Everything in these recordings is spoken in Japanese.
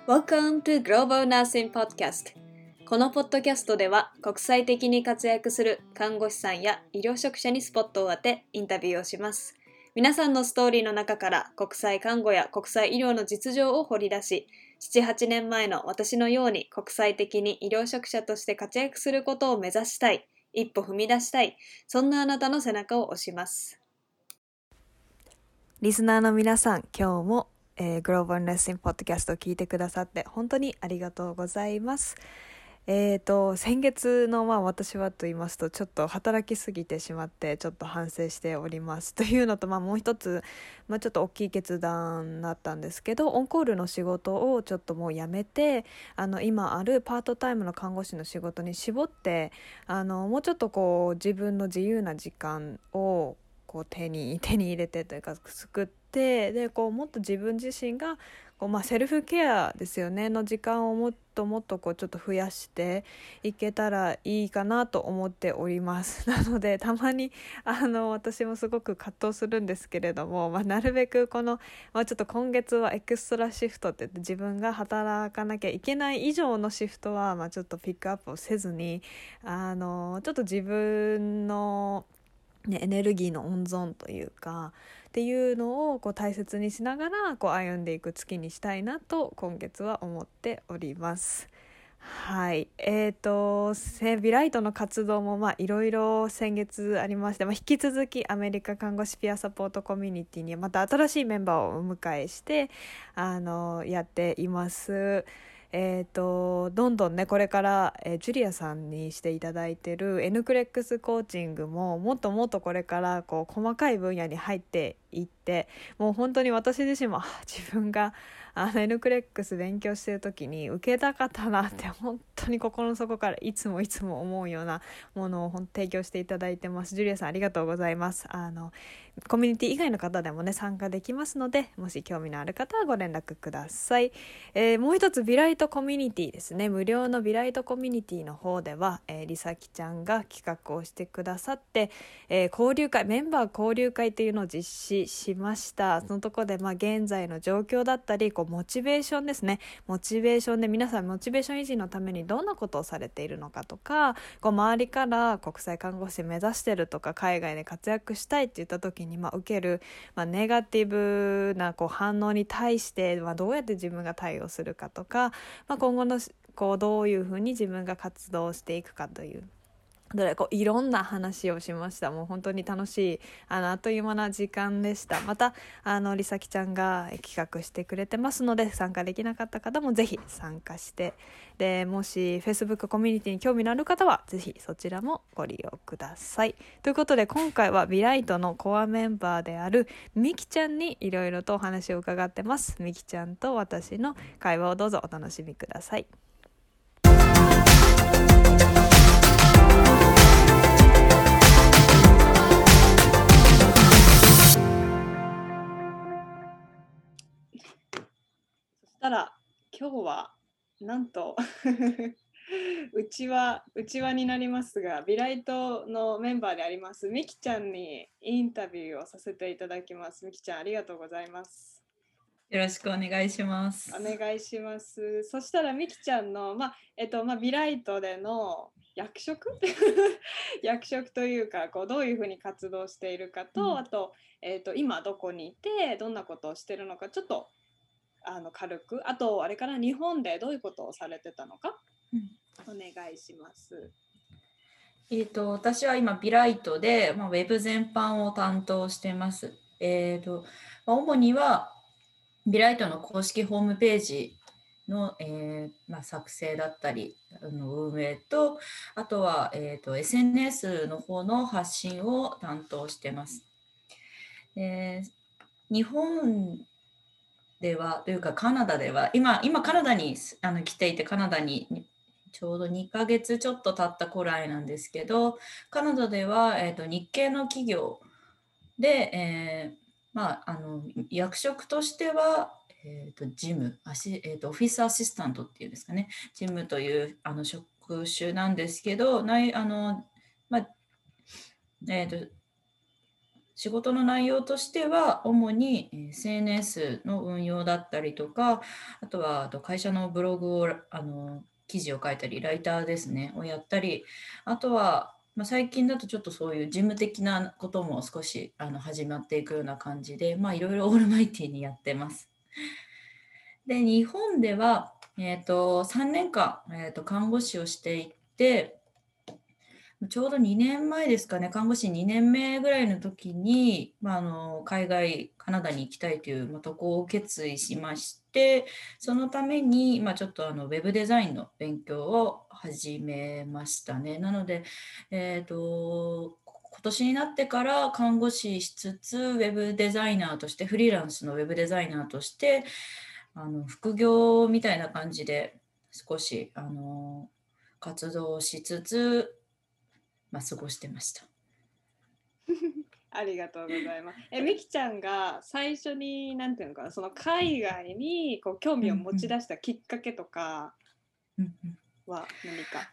Welcome to Global Nursing Podcast。このポッドキャストでは国際的に活躍する看護師さんや医療職者にスポットを当てインタビューをします。皆さんのストーリーの中から国際看護や国際医療の実情を掘り出し、7、8年前の私のように国際的に医療職者として活躍することを目指したい、一歩踏み出したい、そんなあなたの背中を押します。リスナーの皆さん、今日もグローバルレッスンポッドキャストを聞いてくださって本当にありがとうございます。先月の私はと言いますとちょっと働きすぎてしまってちょっと反省しておりますというのと、もう一つ、ちょっと大きい決断だったんですけど、オンコールの仕事をちょっともうやめて今あるパートタイムの看護師の仕事に絞ってもうちょっと自分の自由な時間を手に入れてというか作って、でもっと自分自身がセルフケアですよねの時間をもっとちょっと増やしていけたらいいかなと思っておりますなのでたまに私もすごく葛藤するんですけれども、なるべくちょっと今月はエクストラシフトって言って自分が働かなきゃいけない以上のシフトはちょっとピックアップをせずにちょっと自分のエネルギーの温存というかっていうのを大切にしながら歩んでいく月にしたいなと今月は思っております。はい、ビライトの活動もいろいろ先月ありまして、引き続きアメリカ看護師ピアサポートコミュニティにまた新しいメンバーをお迎えしてやっています。どんどんねこれから、ジュリアさんにしていただいている N クレックスコーチングももっともっとこれから細かい分野に入っていって、もう本当に私自身も自分がN クレックス勉強している時に受けたかったなって本当に心の底からいつも思うようなものを提供していただいてます。ジュリアさんありがとうございます。コミュニティ以外の方でもね参加できますので、もし興味のある方はご連絡ください。もう一つビライトコミュニティですね、無料のビライトコミュニティの方では、りさきちゃんが企画をしてくださって、交流会メンバー交流会っていうのを実施しました。そのところで現在の状況だったりモチベーションですね、モチベーションで皆さんモチベーション維持のためにどんなことをされているのかとか、周りから国際看護師目指してるとか海外で活躍したいって言った時に受ける、ネガティブな反応に対して、どうやって自分が対応するかとか、今後のどういうふうに自分が活動していくかといういろんな話をしました。もう本当に楽しいあっという間な時間でした。またりさきちゃんが企画してくれてますので、参加できなかった方もぜひ参加して、でもし Facebook コミュニティに興味のある方はぜひそちらもご利用ください。ということで今回はビライトのコアメンバーであるみきちゃんにいろいろとお話を伺ってます。みきちゃんと私の会話をどうぞお楽しみください。そしたら今日はなんとうちわになりますが、ビライトのメンバーでありますみきちゃんにインタビューをさせていただきます。みきちゃんありがとうございます。 よろしくお願いします。 お願いします。そしたらみきちゃんのビライトでの役職役職というかどういうふうに活動しているかと、あと、今どこにいてどんなことをしているのかちょっと軽く、あとあれから日本でどういうことをされてたのか、お願いします。 私は今ビライトで、ウェブ全般を担当しています。主にはビライトの公式ホームページの、作成だったり運営と、あとは、SNS の方の発信を担当しています。日本ではというかカナダでは今カナダに来ていて、カナダにちょうど2ヶ月ちょっと経ったくらいなんですけど、カナダでは、日系の企業で、役職としては、事務オフィスアシスタントっていうんですかね、事務という職種なんですけど、 仕事の内容としては主に SNS の運用だったりとか、あと会社のブログを記事を書いたり、ライターですねをやったり、あとは、最近だとちょっとそういう事務的なことも少し始まっていくような感じで、いろいろオールマイティにやってます。で、日本では、3年間、看護師をしていて、ちょうど2年前ですかね、看護師2年目ぐらいの時に、海外、カナダに行きたいという、渡航を決意しまして、そのために、ちょっとウェブデザインの勉強を始めましたね。なので、今年になってから看護師しつつ、ウェブデザイナーとして、フリーランスのウェブデザイナーとして、副業みたいな感じで少し活動しつつ、過ごしてました。 ありがとうございます。みきちゃんが最初になんていうのかな、その海外にこう興味を持ち出したきっかけとかは何か？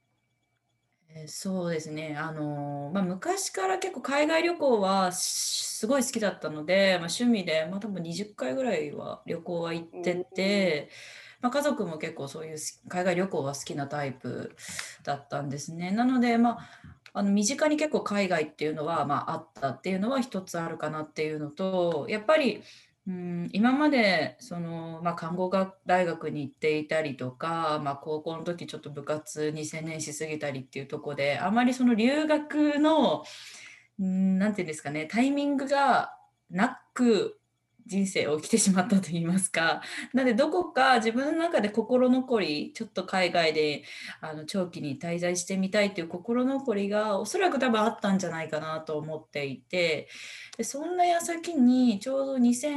そうですね。昔から結構海外旅行はすごい好きだったので、趣味で、多分20回ぐらいは旅行は行ってて、家族も結構そういう海外旅行は好きなタイプだったんですね。なので、身近に結構海外っていうのは、あったっていうのは一つあるかなっていうのと、やっぱり、今まで看護学大学に行っていたりとか、高校の時ちょっと部活に専念しすぎたりっていうところで、あまりその留学のなんていうんですかね、タイミングがなく人生を生きてしまったといいますか、なのでどこか自分の中で心残り、ちょっと海外で長期に滞在してみたいという心残りがおそらく多分あったんじゃないかなと思っていて、でそんな矢先にちょうど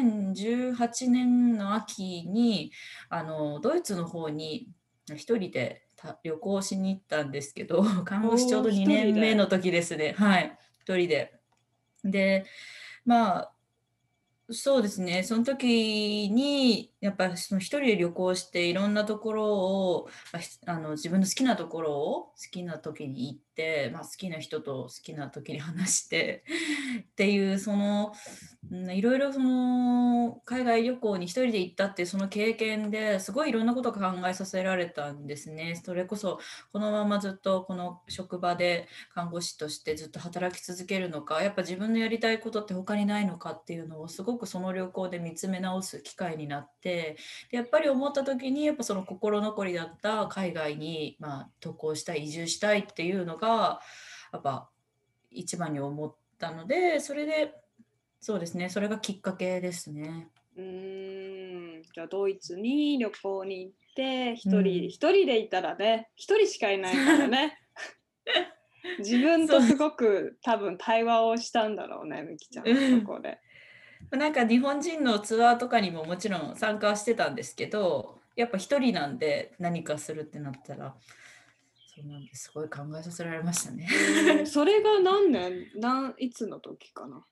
2018年の秋にドイツの方に一人で旅行しに行ったんですけど、看護師ちょうど2年目の時ですね。はい。一人で。で、まあ、そうですね。その時に、やっぱりその一人で旅行していろんなところを、自分の好きなところを好きな時に行って、好きな人と好きな時に話してっていう、いろいろ海外旅行に一人で行ったっていうその経験ですごいいろんなことを考えさせられたんですね。それこそこのままずっとこの職場で看護師としてずっと働き続けるのか、やっぱ自分のやりたいことって他にないのかっていうのをすごくその旅行で見つめ直す機会になって、でやっぱり思った時にやっぱその心残りだった海外に渡航したい、移住したいっていうのがやっぱ一番に思ったので、それでそうですね、それがきっかけですね。 じゃあドイツに旅行に行って一人でいたらね、一人しかいないからね自分とすごく多分対話をしたんだろうね、みきちゃんはそこで。 なんか日本人のツアーとかにももちろん参加してたんですけど、やっぱ一人なんで何かするってなったら、そうなんです、すごい考えさせられましたね。 それがいつの時かな？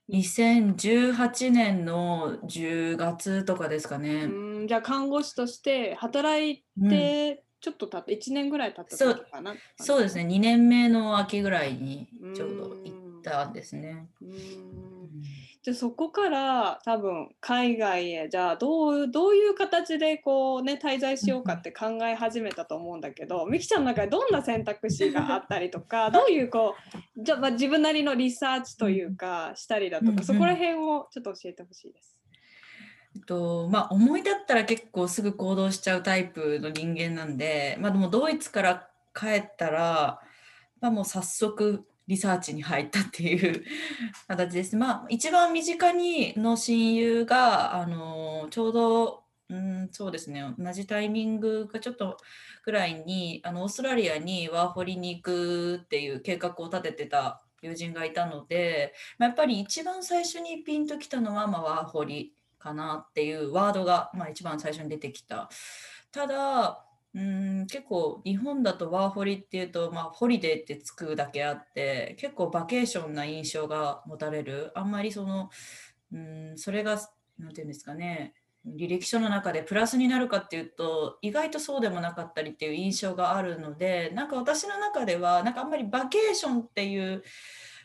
2018年の10月とかですかね。 じゃあ看護師として働いてちょっと経って1年ぐらい経った時かな？ そうですね、2年目の秋ぐらいにちょうど行ったんですね。 じゃあそこから多分海外へじゃあどういう形でこうね滞在しようかって考え始めたと思うんだけど、みきちゃんの中でどんな選択肢があったりとかどういうじゃあ自分なりのリサーチというかしたりだとか、そこら辺をちょっと教えてほしいです。 思い立ったら結構すぐ行動しちゃうタイプの人間なんで、でもドイツから帰ったら、もう早速リサーチに入ったっていう形です。一番身近の親友がちょうどそうですね、同じタイミングかちょっとぐらいにオーストラリアにワーホリに行くっていう計画を立ててた友人がいたので、やっぱり一番最初にピンときたのは、ワーホリかなっていうワードが、一番最初に出てきた。ただ結構日本だとワーホリっていうと、ホリデーってつくだけあって結構バケーションな印象が持たれる。あんまりそれがなんていうんですかね、履歴書の中でプラスになるかっていうと意外とそうでもなかったりっていう印象があるので、なんか私の中ではなんかあんまりバケーションっていう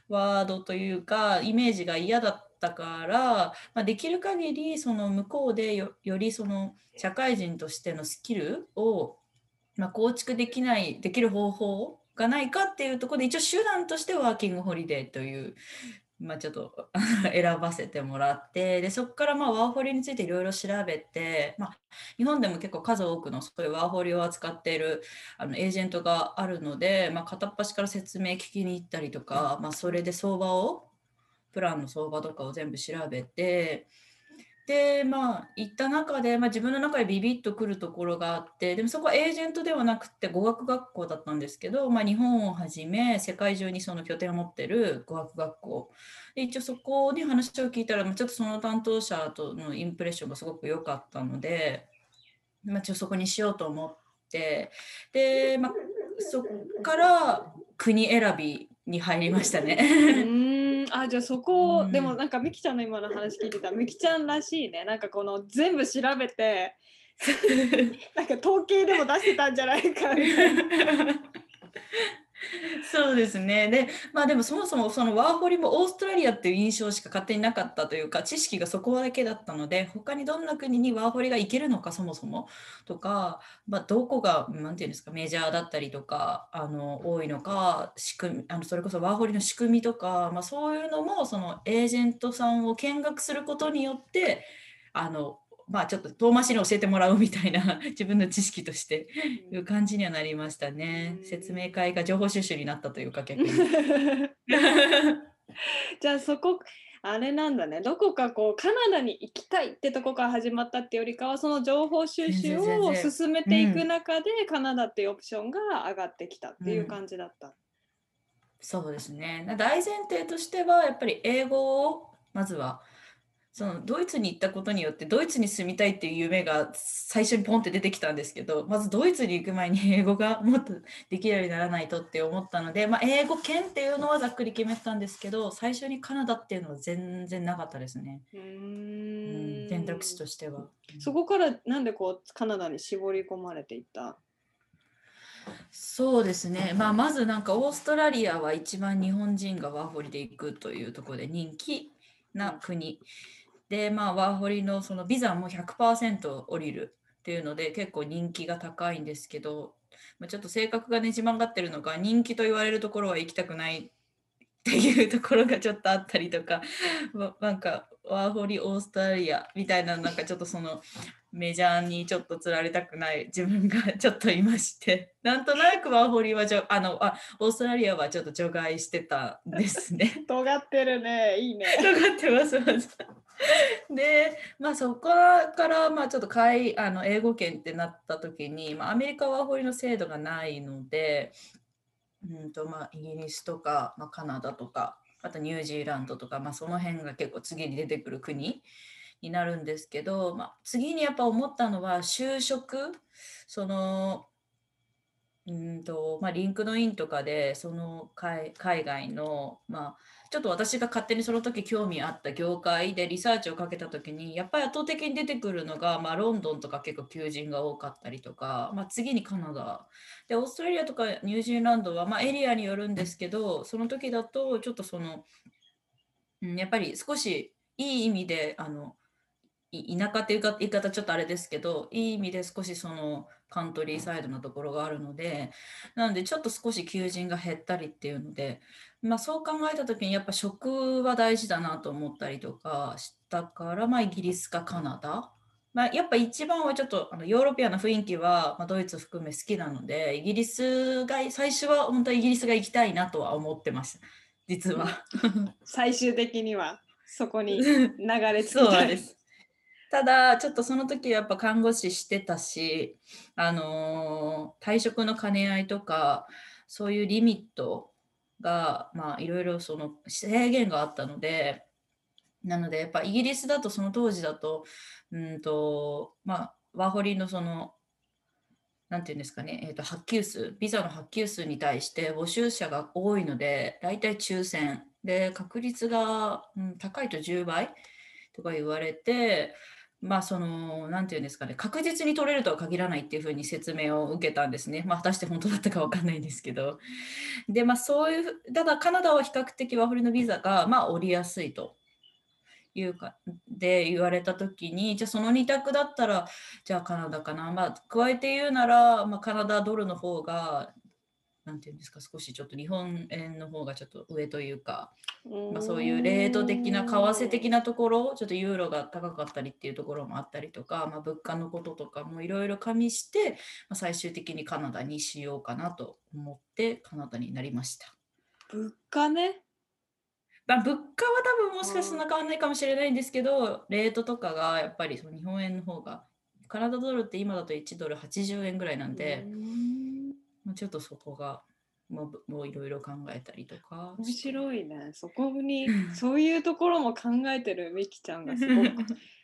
ワードというかイメージが嫌だったから、まあ、できる限りその向こうでよりその社会人としてのスキルを、まあ、構築できる方法がないかっていうところで、一応手段としてワーキングホリデーという、まあ、ちょっと選ばせてもらって、でそこからまあワーホリについていろいろ調べて、まあ、日本でも結構数多くのそういうワーホリを扱っているエージェントがあるので、まあ、片っ端から説明聞きに行ったりとか、まあ、それでプランの相場とかを全部調べて、でまあ行った中で、まあ、自分の中でビビッとくるところがあって、でもそこはエージェントではなくて語学学校だったんですけど、まあ、日本をはじめ世界中にその拠点を持ってる語学学校で、一応そこに話を聞いたら、まあちょっとその担当者とのインプレッションがすごく良かったので、まあ、ちょっとそこにしようと思って、で、まあ、そこから国選びに入りましたね。 あ、じゃあそこ、 うんでもなんかみきちゃんの今の話聞いてたみきちゃんらしいね。なんかこの全部調べてなんか統計でも出してたんじゃないかみたいな。 そうですね。で、まあでもそもそもそのワーホリもオーストラリアっていう印象しか勝手になかったというか、知識がそこだけだったので、他にどんな国にワーホリが行けるのかそもそもとか、まあ、どこがなんていうんですか、メジャーだったりとか多いのか、仕組みそれこそワーホリの仕組みとか、まあ、そういうのもそのエージェントさんを見学することによってまあちょっと遠回しに教えてもらうみたいな自分の知識としていう感じにはなりましたね。説明会が情報収集になったというか逆に。 じゃあそこあれなんだね、どこかこうカナダに行きたいってとこから始まったってよりかは、その情報収集を進めていく中で、カナダっていうオプションが上がってきたっていう感じだった。 そうですね。大前提としてはやっぱり英語をまずはそのドイツに行ったことによってドイツに住みたいっていう夢が最初にポンって出てきたんですけど、まずドイツに行く前に英語がもっとできるようにならないとって思ったので、まあ、英語圏っていうのはざっくり決めてたんですけど、最初にカナダっていうのは全然なかったですね。選択肢としては。 そこからなんでこうカナダに絞り込まれていった？ そうですね、まあ、まずなんかオーストラリアは一番日本人がワーホリで行くというところで人気な国で、まあ、ワーホリのそのビザも 100% 降りるっていうので結構人気が高いんですけど、まあ、ちょっと性格がねじ曲がってるのか、人気と言われるところは行きたくないっていうところがちょっとあったりとか、なんかワーホリオーストラリアみたいな、なんかちょっとそのメジャーにちょっと釣られたくない自分がちょっといまして、なんとなくワーホリはオーストラリアはちょっと除外してたんですね。 尖ってるね、いいね。 尖ってます。で、まあ、そこからまあちょっと英語圏ってなった時に、まあ、アメリカはワーホリの制度がないので、まあ、イギリスとか、まあ、カナダとか、あとニュージーランドとか、まあ、その辺が結構次に出てくる国になるんですけど、まあ、次にやっぱ思ったのは就職、そのまあ、リンクドインとかでその海外の、まあ、ちょっと私が勝手にその時興味あった業界でリサーチをかけた時にやっぱり圧倒的に出てくるのが、まあ、ロンドンとか結構求人が多かったりとか、まあ、次にカナダでオーストラリアとかニュージーランドは、まあ、エリアによるんですけど、その時だとちょっとやっぱり少しいい意味で田舎っていう言い方ちょっとあれですけど、いい意味で少しそのカントリーサイドのところがあるので、なのでちょっと少し求人が減ったりっていうので、まあ、そう考えた時にやっぱ食は大事だなと思ったりとかしたから、まあ、イギリスかカナダ、まあ、やっぱ一番はちょっとヨーロピアンな雰囲気は、まあ、ドイツ含め好きなので、イギリスが最初は本当はイギリスが行きたいなとは思ってました実は。 最終的にはそこに流れ着きたい。 そうです。ただちょっとその時やっぱ看護師してたし、退職の兼ね合いとかそういうリミットがまあいろいろその制限があったので、なのでやっぱイギリスだとその当時だとまあワーホリのそのなんていうんですかね、発給数、ビザの発給数に対して募集者が多いので、大体抽選で確率が、高いと10倍とか言われて、 まあなんていうんですかね、確実に取れるとは限らないっていうふうに説明を受けたんですね。まあ、果たして本当だったかわかんないんですけど。で、まあそういう、ただカナダは比較的ワーホリのビザが、まあ、降りやすいというか、で言われたときに、じゃあその2択だったら、じゃあカナダかな。まあ、加えて言うなら、まあ、カナダドルの方が、なんていうんですか、少しちょっと日本円の方がちょっと上というか、まあ、そういうレート的な為替的なところ、ちょっとユーロが高かったりっていうところもあったりとか、まあ、物価のこととかもいろいろ加味して、まあ、最終的にカナダにしようかなと思ってカナダになりました。 物価ね。 まあ、物価は多分もしかしたら変わらないかもしれないんですけど、レートとかがやっぱりその日本円の方が、カナダドルって今だと1ドル80円ぐらいなんで、まあ、ちょっとそこがもういろいろ考えたりとか面して。 白いね。そこにそういうところも考えてるみきちゃんがすごく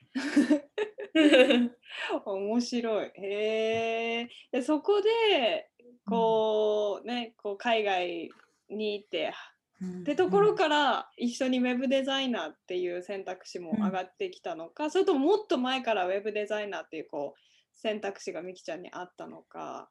面白い。へえ。でそこでこうね、こう海外に行ってってところから一緒にウェブデザイナーっていう選択肢も上がってきたのか、それとももっと前からウェブデザイナーっていうこう選択肢がみきちゃんにあったのか。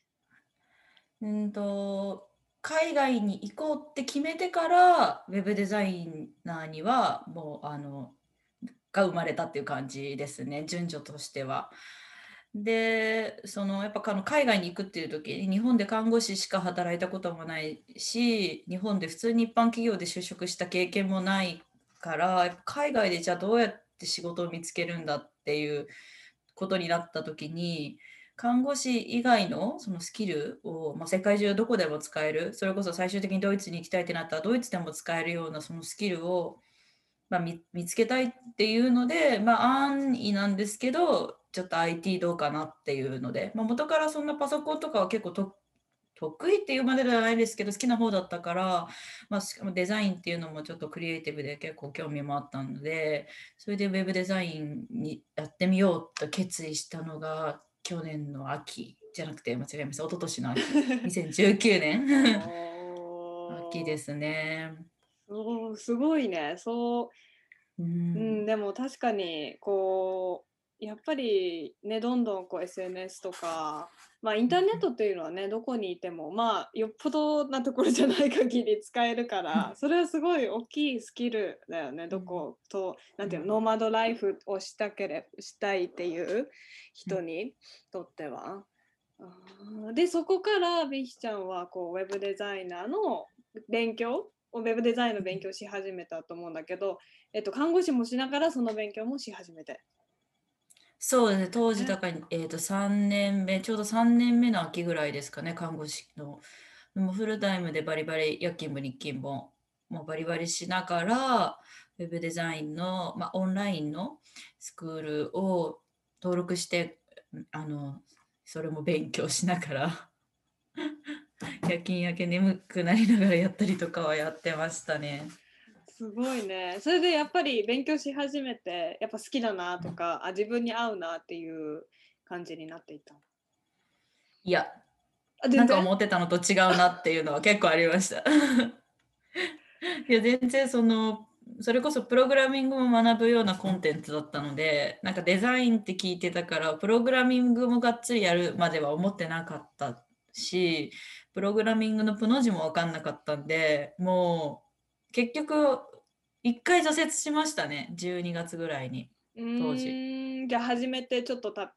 海外に行こうって決めてからウェブデザイナーにはもうが生まれたっていう感じですね、順序としては。でやっぱ海外に行くっていう時に日本で看護師しか働いたこともないし、日本で普通に一般企業で就職した経験もないから、やっぱ海外でじゃあどうやって仕事を見つけるんだっていうことになった時に、看護師以外のそのスキルを、まあ、世界中どこでも使える、それこそ最終的にドイツに行きたいってなったらドイツでも使えるようなそのスキルを、まあ、見つけたいっていうので、まあ、安易なんですけどちょっと IT どうかなっていうので、まあ、元からそんなパソコンとかは結構得意っていうまでではないですけど好きな方だったから、まあ、しかもデザインっていうのもちょっとクリエイティブで結構興味もあったので、それでウェブデザインにやってみようと決意したのが去年の秋じゃなくて間違えました、一昨年の秋2019年秋ですね。 すごいね。でも確かにこうやっぱりね、どんどんこう SNS とか、まあ、インターネットっていうのはね、どこにいてもまあよっぽどなところじゃない限り使えるから、それはすごい大きいスキルだよね。どことなんていうの、ノーマドライフをしたいっていう人にとっては。でそこからビヒちゃんはこうウェブデザイナーの勉強ウェブデザインの勉強し始めたと思うんだけど、看護師もしながらその勉強もし始めて。 そうですね、当時だから、3年目、ちょうど3年目の秋ぐらいですかね、看護師の。もうフルタイムでバリバリ、夜勤も日勤も、もうバリバリしながら、ウェブデザインの、まあ、オンラインのスクールを登録して、それも勉強しながら、夜勤明け眠くなりながらやったりとかはやってましたね。 すごいね。それでやっぱり勉強し始めて、やっぱ好きだなとか、自分に合うなっていう感じになっていた。 いや、 全然なんか思ってたのと違うなっていうのは結構ありました。いや、全然それこそプログラミングも学ぶようなコンテンツだったので、なんかデザインって聞いてたから、プログラミングもがっつりやるまでは思ってなかったし、プログラミングのプの字も分かんなかったんで、もう結局一回挫折しましたね、12月ぐらいに、当時。 じゃあ始めてちょっと経って。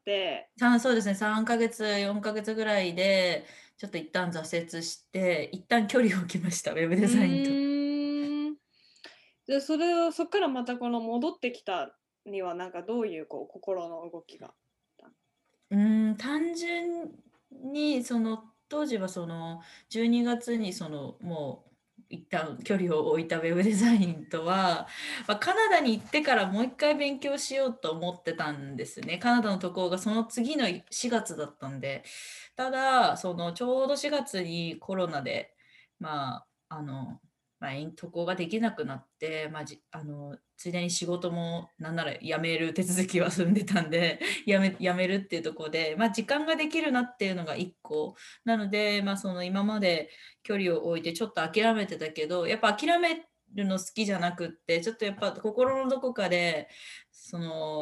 そうですね、3ヶ月、4ヶ月ぐらいで、ちょっと一旦挫折して、一旦距離を置きました、ウェブデザインと。 でそっからまたこの戻ってきたにはなんかどういうこう心の動きが。 単純に当時は12月にもう一旦距離を置いたウェブデザインとは、まあ、カナダに行ってからもう一回勉強しようと思ってたんですね。カナダの渡航がその次の4月だったんで、ただちょうど4月にコロナでまあ渡航ができなくなって、まあ、ついでに仕事もなんなら辞める手続きは済んでたんで辞めるっていうところで、まあ、時間ができるなっていうのが1個なので、まあ、今まで距離を置いてちょっと諦めてたけど、やっぱ諦めるの好きじゃなくって、ちょっとやっぱ心のどこかで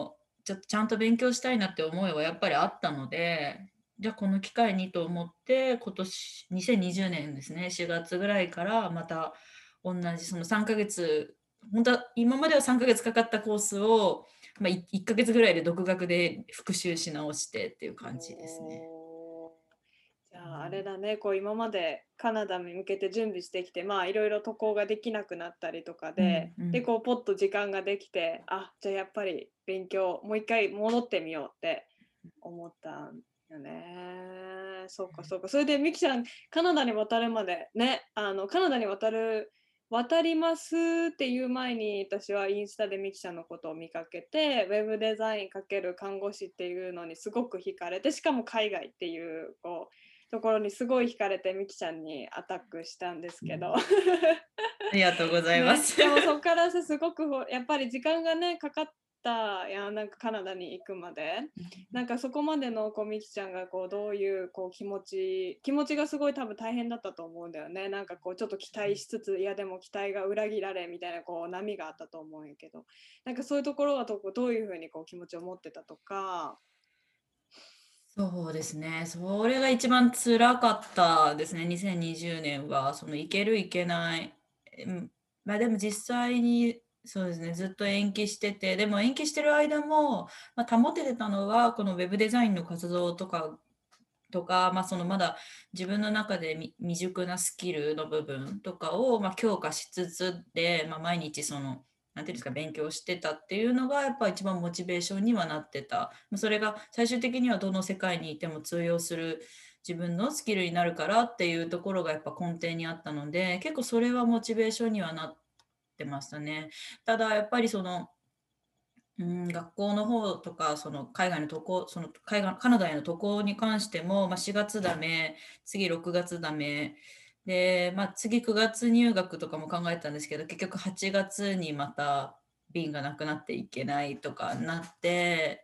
ちょっとちゃんと勉強したいなって思いはやっぱりあったので、じゃあこの機会にと思って今年2020年ですね、4月ぐらいからまた同じその3ヶ月、本当は今までは3ヶ月かかったコースを、1ヶ月ぐらいで独学で復習し直してっていう感じですね。 おーじゃああれだね、こう今までカナダに向けて準備してきて、まあいろいろ渡航ができなくなったりとかで、でこうポッと時間ができて、あ、じゃあやっぱり勉強もう一回戻ってみようって思ったんよね。そうかそうか。それでミキちゃんカナダに渡るまでね、カナダに渡りますっていう前に私はインスタでミキちゃんのことを見かけて、ウェブデザイン×看護師っていうのにすごく惹かれて、しかも海外っていうこうところにすごい惹かれてミキちゃんにアタックしたんですけどありがとうございまね、 す。 でもそこからさすごくやっぱり時間がねかかったやん、なんかカナダに行くまでなんかそこまでのこうミキちゃんがこうどういうこう気持ちがすごい多分大変だったと思うんだよね。なんかこうちょっと期待しつつ、いやでも期待が裏切られみたいなこう波があったと思うんやけど、なんかそういうところはどういうふうにこう気持ちを持ってたとか。 そうですね。それが一番辛かったですね。2020年は、その行ける行けない。でも実際に、そうですね、ずっと延期してて、でも延期してる間も、保ててたのは、このウェブデザインの活動とか、そのまだ自分の中で未熟なスキルの部分とかを、強化しつつで、毎日その、なんていうんですか、勉強してたっていうのがやっぱ一番モチベーションにはなってた。それが最終的にはどの世界にいても通用する自分のスキルになるからっていうところがやっぱ根底にあったので、結構それはモチベーションにはなってましたね。ただやっぱりその学校の方とか、その海外の渡航、そのカナダへの渡航に関しても、4月ダメ、次6月ダメ、で、次9月入学とかも考えたんですけど、結局8月にまた便がなくなっていけないとかなって、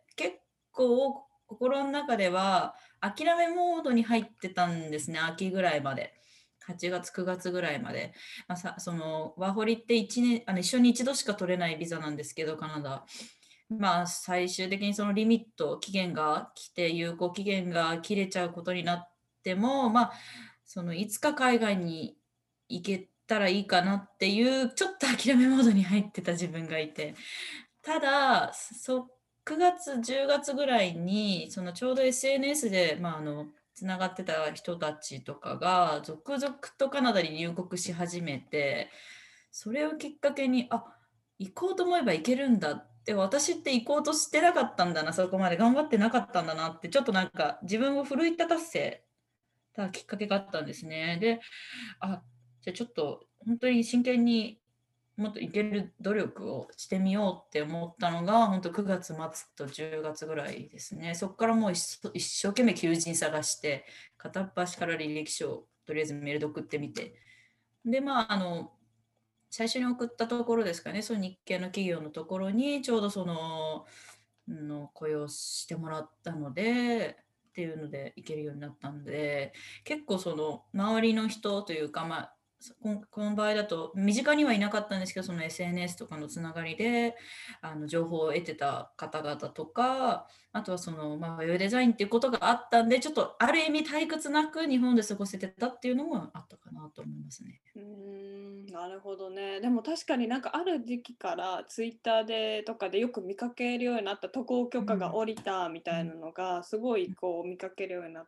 結構心の中では諦めモードに入ってたんですね、秋ぐらいまで。8月、9月ぐらいまで。そのワーホリって1年、一緒に一度しか取れないビザなんですけど、カナダ。最終的にそのリミット、期限が来て、有効期限が切れちゃうことになっても、そのいつか海外に行けたらいいかなっていう、ちょっと諦めモードに入ってた自分がいて。ただ、9月、10月ぐらいに、そのちょうど SNS で、つながってた人たちとかが、続々とカナダに入国し始めて、それをきっかけに、行こうと思えば行けるんだって、私って行こうとしてなかったんだな、そこまで頑張ってなかったんだなって、ちょっとなんか自分を奮い立たせたきっかけがあったんですね。で、じゃあちょっと本当に真剣にもっと行ける努力をしてみようって思ったのが、本当9月末と10月ぐらいですね。そこからもう一生懸命求人探して、片っ端から履歴書をとりあえずメールで送ってみて、で、最初に送ったところですかね、その日系の企業のところにちょうどその、雇用してもらったので、っていうので行けるようになったんで、結構その周りの人というか、この場合だと身近にはいなかったんですけど、その SNS とかのつながりで情報を得てた方々とか、あとはその、ウェブデザインっていうことがあったんで、ちょっとある意味退屈なく日本で過ごせてたっていうのもあったかなと思いますね。 なるほどね。でも確かになんかある時期からツイッターでとかでよく見かけるようになった渡航許可が下りたみたいなのがすごいこう見かけるようになって、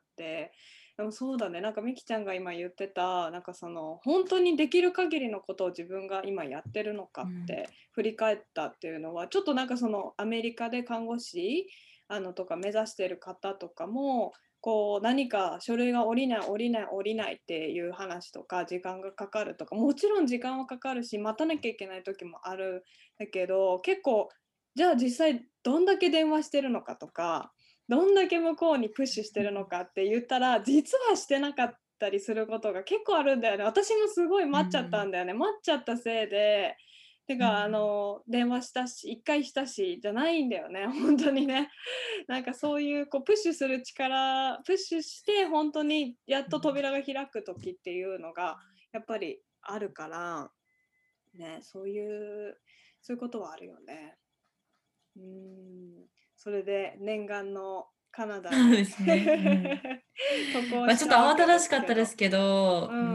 でもそうだね、なんかみきちゃんが今言ってたなんかその本当にできる限りのことを自分が今やってるのかって振り返ったっていうのは、ちょっとなんかそのアメリカで看護師とか目指してる方とかもこう何か書類が下りないっていう話とか、時間がかかるとか、もちろん時間はかかるし待たなきゃいけない時もあるだけど、結構じゃあ実際どんだけ電話してるのかとか、どんだけ向こうにプッシュしてるのかって言ったら実はしてなかったりすることが結構あるんだよね。私もすごい待っちゃったんだよね。待っちゃったせいでてか電話したし1回したしじゃないんだよね、本当にね。なんかそういうこうプッシュする力、プッシュして本当にやっと扉が開く時っていうのがやっぱりあるからね、そういうことはあるよね。 それで念願のカナダそうにですね。 渡航まあ、ちょっと慌ただしかったですけど、 ううん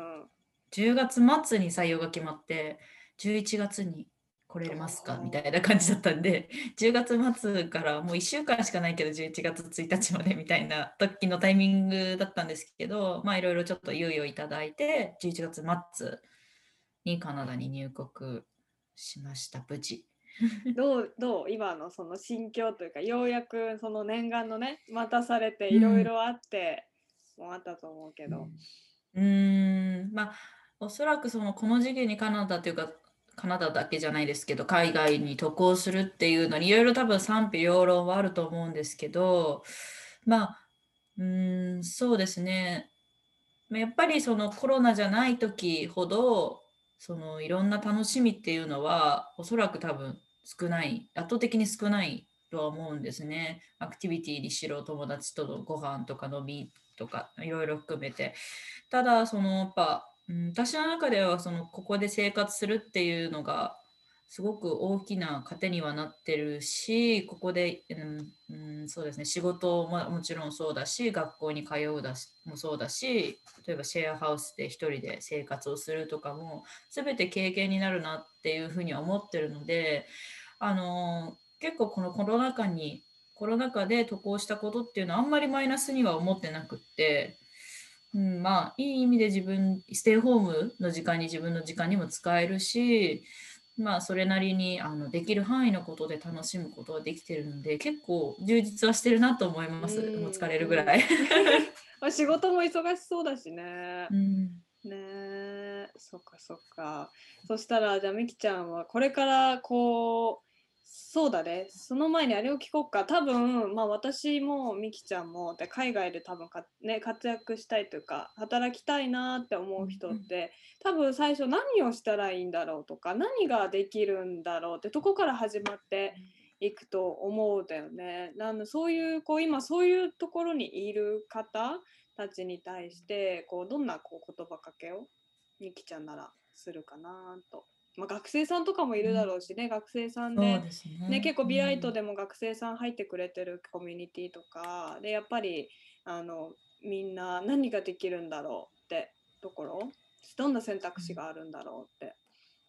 、10月末に採用が決まって、11月に来れますかみたいな感じだったんで、10月末からもう1週間しかないけど、11月1日までみたいな時のタイミングだったんですけど、まあいろいろちょっと猶予いただいて、11月末にカナダに入国しました、無事。 どう今のその心境というか、ようやくその念願のね待たされてうんいろいろあってもうあったと思うけど、 まあおそらくこの時期にカナダというかカナダだけじゃないですけど海外に渡航するっていうのにいろいろ多分賛否両論はあると思うんですけど、まあそうですね、まあやっぱりそのコロナじゃない時ほどいろんな楽しみっていうのはおそらく多分圧倒的に少ないとは思うんですね。アクティビティにしろ友達とのご飯とか飲みとかいろいろ含めて。ただやっぱ、私の中ではここで生活するっていうのがすごく大きな糧にはなってるし、ここで、そうですね、仕事ももちろんそうだし、学校に通うもそうだし、例えばシェアハウスで一人で生活をするとかも、全て経験になるなっていうふうには思ってるので、結構このコロナ禍で渡航したことっていうのはあんまりマイナスには思ってなくって、まあいい意味でステイホームの時間に自分の時間にも使えるし、まあそれなりにできる範囲のことで楽しむことができてるので結構充実はしてるなと思います。もう疲れるぐらい。 まあ仕事も忙しそうだしね。 うんねえ、そっかそっか。そしたらじゃあみきちゃんはこれからこう、そうだね、その前にあれを聞こうか。多分まあ私もみきちゃんもで海外で多分ね、活躍したいというか働きたいなって思う人って多分最初何をしたらいいんだろうとか何ができるんだろうってとこから始まっていくと思うんだよね。そういう今そういうところにいる方たちに対してどんな言葉かけをみきちゃんならするかなと。まあ、学生さんとかもいるだろうしね、学生さんで、 そうですね、 ね。 結構ビライトでも学生さん入ってくれてるコミュニティとかでやっぱりみんな何ができるんだろうってところ、どんな選択肢があるんだろうって。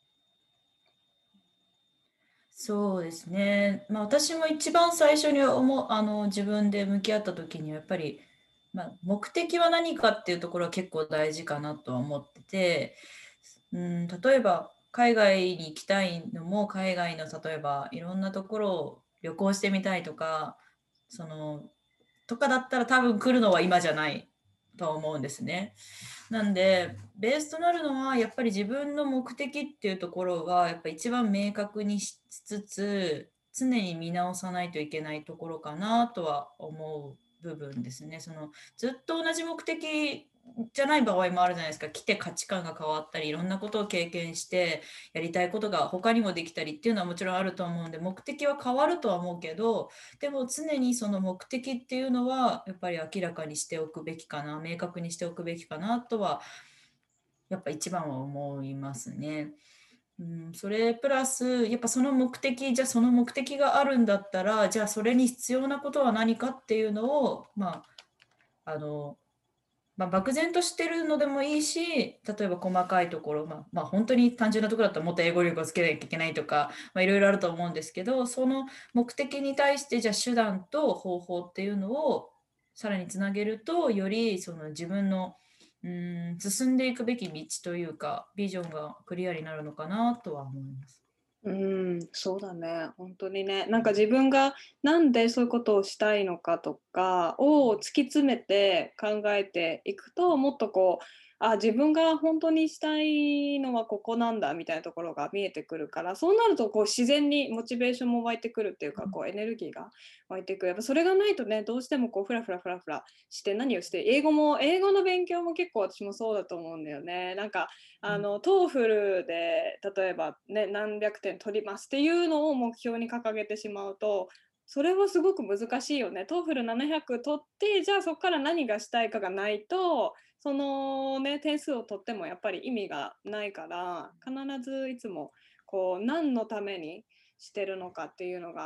そうですね。まあ私も一番最初に自分で向き合った時にはやっぱり、まあ、目的は何かっていうところは結構大事かなとは思ってて、例えば海外に行きたいのも海外の例えばいろんなところを旅行してみたいとか、とかだったら多分来るのは今じゃないとは思うんですね。なんで、ベースとなるのは、やっぱり自分の目的っていうところが、やっぱ一番明確にしつつ、常に見直さないといけないところかなとは思う部分ですね。ずっと同じ目的じゃない場合もあるじゃないですか。来て価値観が変わったり、いろんなことを経験して、やりたいことが他にもできたりっていうのはもちろんあると思うんで、目的は変わるとは思うけど、でも常にその目的っていうのはやっぱり明らかにしておくべきかな、明確にしておくべきかなとはやっぱ一番は思いますね。それプラスやっぱじゃあその目的があるんだったらじゃあそれに必要なことは何かっていうのを漠然としてるのでもいいし、例えば細かいところ、本当に単純なところだったらもっと英語力をつけなきゃいけないとか、いろいろあると思うんですけど、その目的に対してじゃあ手段と方法っていうのをさらにつなげると、より自分の進んでいくべき道というか、ビジョンがクリアになるのかなとは思います。 そうだね。本当にね。なんか自分がなんでそういうことをしたいのかとかを突き詰めて考えていくと、もっと自分が本当にしたいのはここなんだみたいなところが見えてくるから、そうなると自然にモチベーションも湧いてくるっていうか、エネルギーが湧いてくる。やっぱそれがないとね、どうしてもフラフラして何をして、英語の勉強も結構私もそうだと思うんだよね。なんかトーフルで例えばね何百点取りますっていうのを目標に掲げてしまうと、それはすごく難しいよね。トーフル700取ってじゃあそこから何がしたいかがないとそのね点数を取ってもやっぱり意味がないから、必ずいつも何のためにしてるのかっていうのが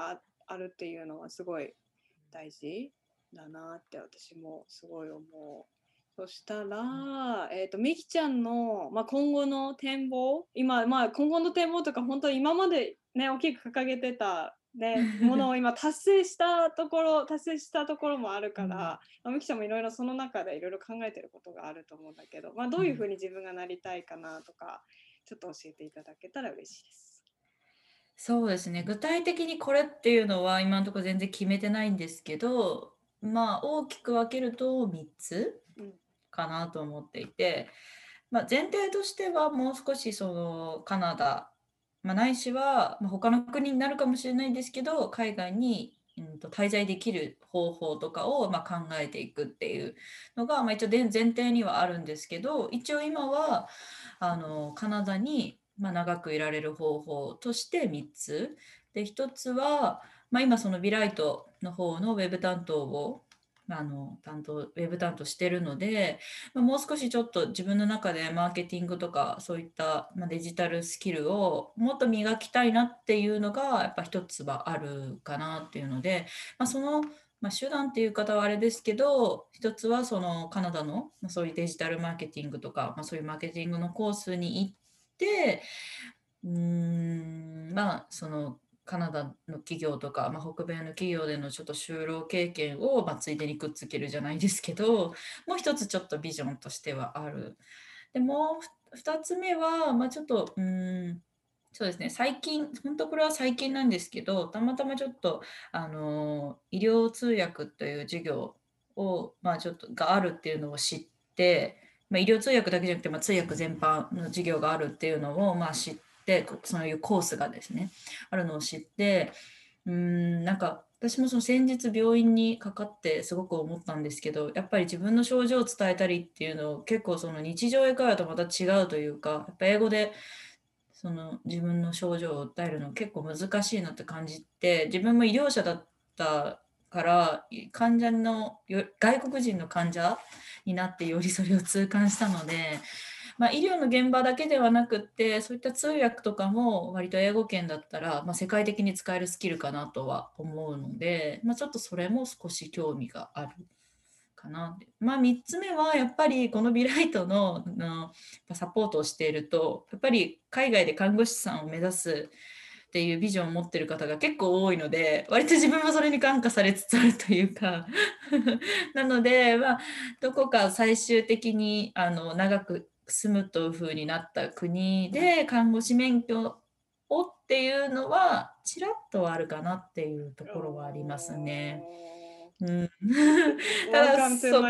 あるっていうのはすごい大事だなって私もすごい思う。そしたら、みきちゃんの、今後の展望、今、今後の展望とか、本当に今までね、大きく掲げてた、ね、ものを今達成したところもあるから、みきちゃんもいろいろその中でいろいろ考えてることがあると思うんだけど、どういうふうに自分がなりたいかなとか、ちょっと教えていただけたら嬉しいです。 そうですね。具体的にこれっていうのは今のところ全然決めてないんですけど、大きく分けると3つかなと思っていて、前提としてはもう少しそのカナダ、ないしは他の国になるかもしれないんですけど、海外に滞在できる方法とかを考えていくっていうのが、一応前提にはあるんですけど、一応今はカナダに長くいられる方法として3つで、1つは、今そのビライトの方のウェブ担当をウェブ担当してるので、もう少しちょっと自分の中でマーケティングとかそういった、デジタルスキルをもっと磨きたいなっていうのがやっぱ一つはあるかなっていうので、その、手段っていう方はあれですけど、一つはそのカナダの、そういうデジタルマーケティングとか、そういうマーケティングのコースに行って、そのカナダの企業とか、北米の企業でのちょっと就労経験を、ついでにくっつけるじゃないですけど、もう一つちょっとビジョンとしてはある。でも2つ目は、ちょっとそうですね、最近、本当これは最近なんですけど、たまたまちょっと医療通訳という授業を、ちょっとがあるっていうのを知って、医療通訳だけじゃなくて、通訳全般の授業があるっていうのを、知って、そういうコースがですね、あるのを知って、なんか私もその先日病院にかかってすごく思ったんですけど、やっぱり自分の症状を伝えたりっていうのを結構その日常英会話とまた違うというか、やっぱ英語でその自分の症状を訴えるの結構難しいなって感じて、自分も医療者だったから患者の外国人の患者になってよりそれを痛感したので、医療の現場だけではなくってそういった通訳とかも割と英語圏だったら、世界的に使えるスキルかなとは思うので、ちょっとそれも少し興味があるかな。3つ目はやっぱりこのビライトのサポートをしていると、やっぱり海外で看護師さんを目指すっていうビジョンを持ってる方が結構多いので、割と自分もそれに感化されつつあるというかなので、どこか最終的に長く住むという風になった国で看護師免許をっていうのはちらっとあるかなっていうところはありますね。ただそう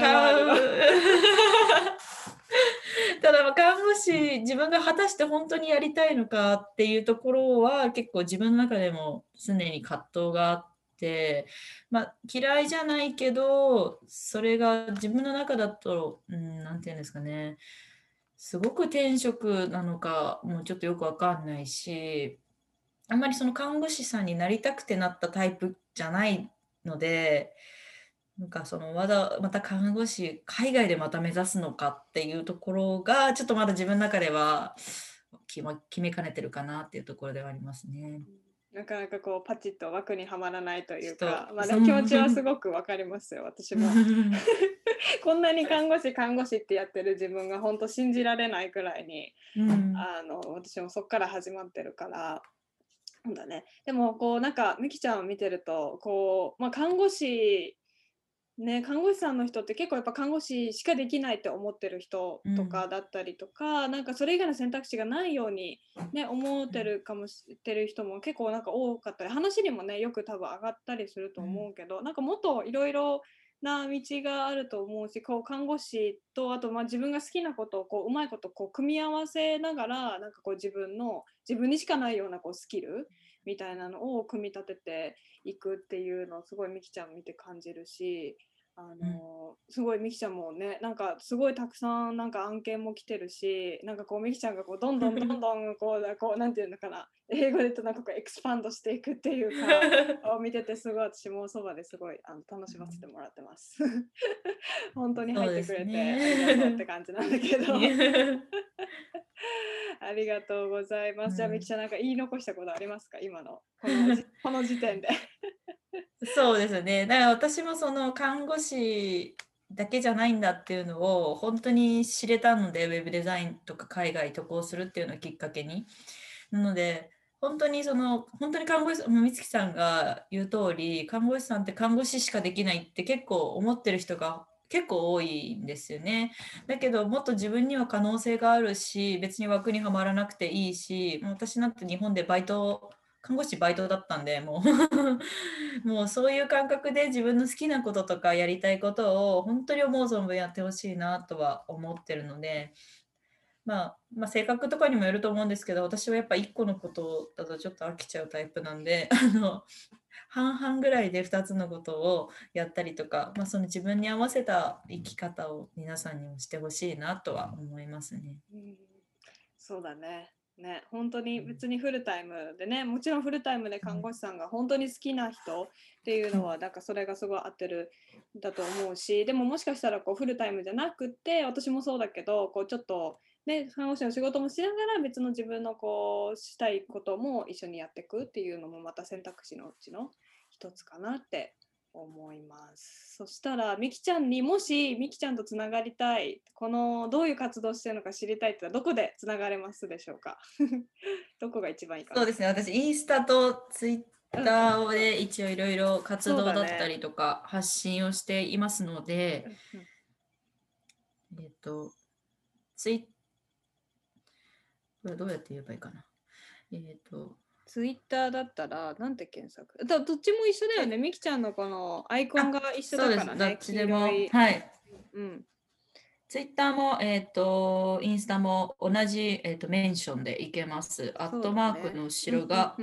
ただ看護師自分が果たして本当にやりたいのかっていうところは結構自分の中でも常に葛藤があって、嫌いじゃないけどそれが自分の中だとなんていうんですかね、すごく転職なのかもうちょっとよくわかんないし、あんまりその看護師さんになりたくてなったタイプじゃないので、なんかそのまた看護師海外でまた目指すのかっていうところがちょっとまだ自分の中では決めかねてるかなっていうところではありますね。 なかなかこうパチッと枠にはまらないというか、 でも気持ちはすごくわかりますよ、私も。こんなに看護師ってやってる自分が本当信じられないくらいに、私もそこから始まってるから。そうだね。でもこうなんかみきちゃんを見てるとこう、看護師さんの人って結構やっぱ看護師しかできないって思ってる人とかだったりとか、なんかそれ以外の選択肢がないようにね思ってる人も結構なんか多かったり、話にもねよく多分上がったりすると思うけど、なんかもっといろいろな道があると思うし、こう看護師とあと自分が好きなことをこううまいことこう組み合わせながら、なんかこう自分にしかないようなこうスキルみたいなのを組み立てていくっていうのをすごいみきちゃん見て感じるし、すごいみきちゃんもねなんかすごいたくさんなんか案件も来てるし、なんかこうみきちゃんがこうどんどんこうなんていうのかな、英語で言うとなんかこうエクスパンドしていくっていうかを見てて、すごい私もそばですごい楽しませてもらってます本当に入ってくれてありがとうって感じなんだけどありがとうございます。じゃあみきちゃんなんか言い残したことありますか、今のこの時点でそうですね。だから私もその看護師だけじゃないんだっていうのを本当に知れたので、ウェブデザインとか海外渡航するっていうのをきっかけに。なので、本当に看護師、美月さんが言う通り、看護師さんって看護師しかできないって結構思ってる人が結構多いんですよね。だけど、もっと自分には可能性があるし、別に枠にはまらなくていいし、もう私なんて日本で看護師バイトだったんで、もうもうそういう感覚で自分の好きなこととかやりたいことを本当に思う存分やってほしいなとは思ってるので、まあ性格とかにもよると思うんですけど、私はやっぱ1個のことだとちょっと飽きちゃうタイプなんで、半々ぐらいで2つのことをやったりとか、その自分に合わせた生き方を皆さんにもしてほしいなとは思いますね。 そうだね。本当に別にフルタイムでね、もちろんフルタイムで看護師さんが本当に好きな人っていうのは、なんかそれがすごい合ってるんだと思うし、でももしかしたらこうフルタイムじゃなくて、私もそうだけど、こうちょっとね、看護師の仕事もしながら別の自分のこうしたいことも一緒にやっていくっていうのもまた選択肢のうちの一つかなって思います。そしたらみきちゃんにもしみきちゃんとつながりたい、このどういう活動してるのか知りたいってどこでつながれますでしょうか？どこが一番いいかな？ そうですね、私インスタとツイッターで一応いろいろ活動だったりとか発信をしていますので、ツイッこれどうやって言えばいいかな。 ツイッターだったらなんて検索？どっちも一緒だよね。みきちゃんのこのアイコンが一緒だからね。 どっちでも。はい。ツイッターも、インスタも同じ、メンションでいけます。アットマークの後ろが、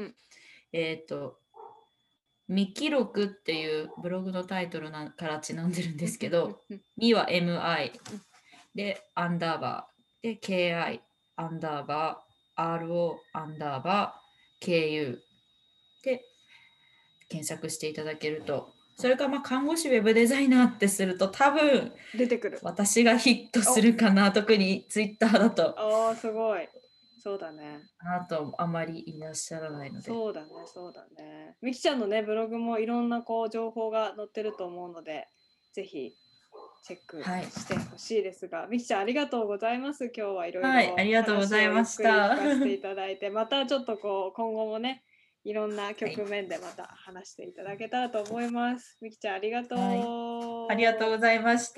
ミキ録っていうブログのタイトルからちなんでるんですけど、ミは MI で、アンダーバーで、KI アンダーバー、RO アンダーバー、KU で検索していただけると、それから看護師ウェブデザイナーってすると多分出てくる。 私がヒットするかな、特にツイッターだと。 すごい。そうだね。 あとあまりいらっしゃらないので。 そうだね。みきちゃんのねブログもいろんなこう情報が載ってると思うので、ぜひチェックしてほしいですが、みきちゃんありがとうございます。今日はいろいろありがとうございました。 話をゆっくり聞かせていただいて、またちょっとこう今後もねいろんな局面でまた話していただけたらと思います。みきちゃんありがとう。 ありがとうございました。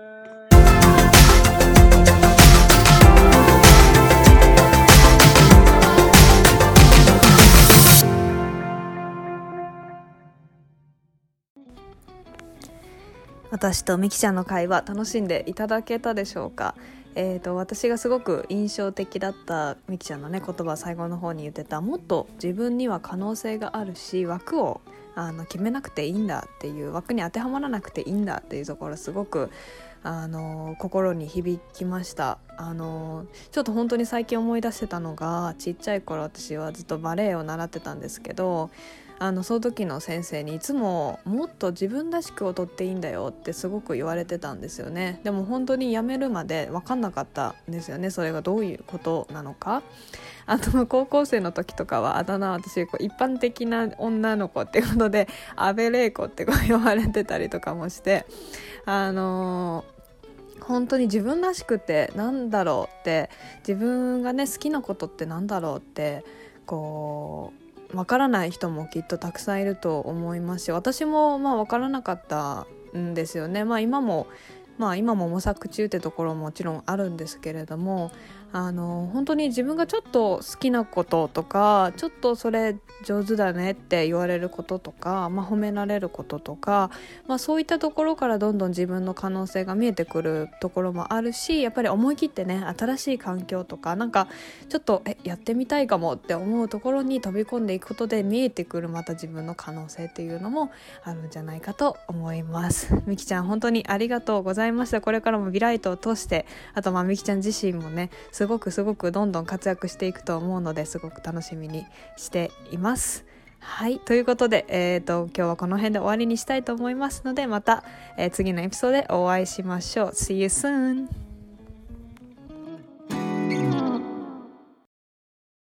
私とみきちゃんの会話楽しんでいただけたでしょうか？私がすごく印象的だったみきちゃんのね言葉、最後の方に言ってた、もっと自分には可能性があるし、枠を決めなくていいんだっていう、枠に当てはまらなくていいんだっていうところ、すごく心に響きました。ちょっと本当に最近思い出してたのが、ちっちゃい頃私はずっとバレエを習ってたんですけど、その時の先生にいつももっと自分らしく踊っていいんだよってすごく言われてたんですよね。でも本当に辞めるまで分かんなかったんですよね、それがどういうことなのか。高校生の時とかは私一般的な女の子っていうことで阿部玲子って呼ばれてたりとかもして、本当に自分らしくてなんだろうって、自分がね好きなことってなんだろうってこうわからない人もきっとたくさんいると思いますし、私もわからなかったんですよね。今も模索中ってところももちろんあるんですけれども、本当に自分がちょっと好きなこととか、ちょっとそれ上手だねって言われることとか、褒められることとか、そういったところからどんどん自分の可能性が見えてくるところもあるし、やっぱり思い切ってね新しい環境とか、なんかちょっとやってみたいかもって思うところに飛び込んでいくことで見えてくるまた自分の可能性っていうのもあるんじゃないかと思います。みきちゃん本当にありがとうございました。これからもビライトを通して、あとみきちゃん自身もねすごくどんどん活躍していくと思うので、すごく楽しみにしています。はい、ということで、今日はこの辺で終わりにしたいと思いますので、また、次のエピソードでお会いしましょう。See you soon!